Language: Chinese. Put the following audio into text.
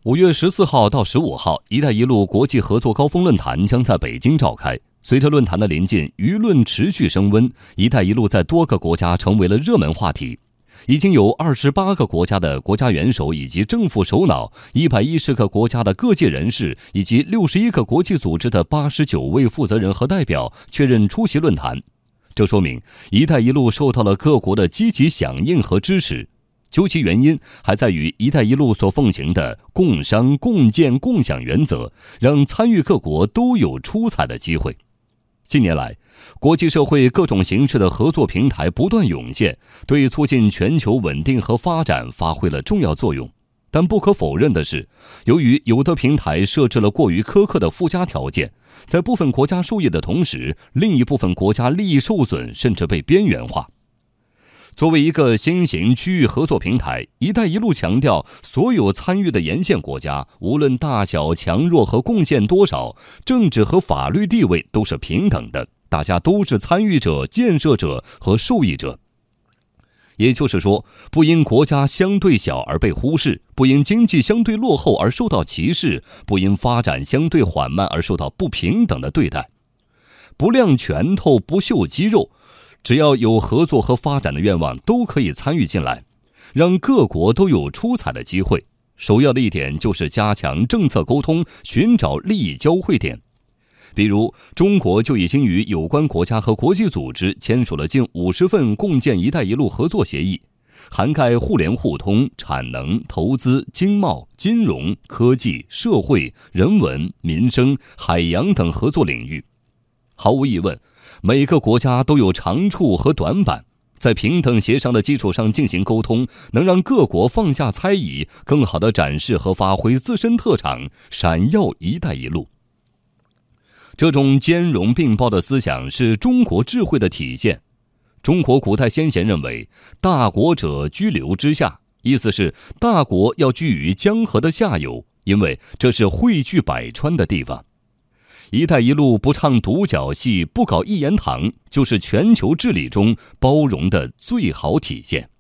5月14号到15号，“一带一路”国际合作高峰论坛将在北京召开。随着论坛的临近，舆论持续升温，“一带一路”在多个国家成为了热门话题。已经有28个国家的国家元首以及政府首脑，110个国家的各界人士，以及61个国际组织的89位负责人和代表确认出席论坛。这说明“一带一路”受到了各国的积极响应和支持。究其原因，还在于“一带一路”所奉行的共商、共建、共享原则，让参与各国都有出彩的机会。近年来，国际社会各种形式的合作平台不断涌现，对促进全球稳定和发展发挥了重要作用。但不可否认的是，由于有的平台设置了过于苛刻的附加条件，在部分国家受益的同时，另一部分国家利益受损，甚至被边缘化。作为一个新型区域合作平台，“一带一路”强调所有参与的沿线国家，无论大小、强弱和贡献多少，政治和法律地位都是平等的，大家都是参与者、建设者和受益者。也就是说，不因国家相对小而被忽视，不因经济相对落后而受到歧视，不因发展相对缓慢而受到不平等的对待。不亮拳头，不秀肌肉，只要有合作和发展的愿望，都可以参与进来，让各国都有出彩的机会。首要的一点就是加强政策沟通，寻找利益交汇点。比如，中国就已经与有关国家和国际组织签署了近50份共建“一带一路”合作协议，涵盖互联互通、产能、投资、经贸、金融、科技、社会、人文、民生、海洋等合作领域。毫无疑问，每个国家都有长处和短板，在平等协商的基础上进行沟通，能让各国放下猜疑，更好地展示和发挥自身特长，闪耀“一带一路”。这种兼容并包的思想是中国智慧的体现。中国古代先贤认为，大国者居流之下，意思是大国要居于江河的下游，因为这是汇聚百川的地方。“一带一路”不唱独角戏，不搞一言堂，就是全球治理中包容的最好体现。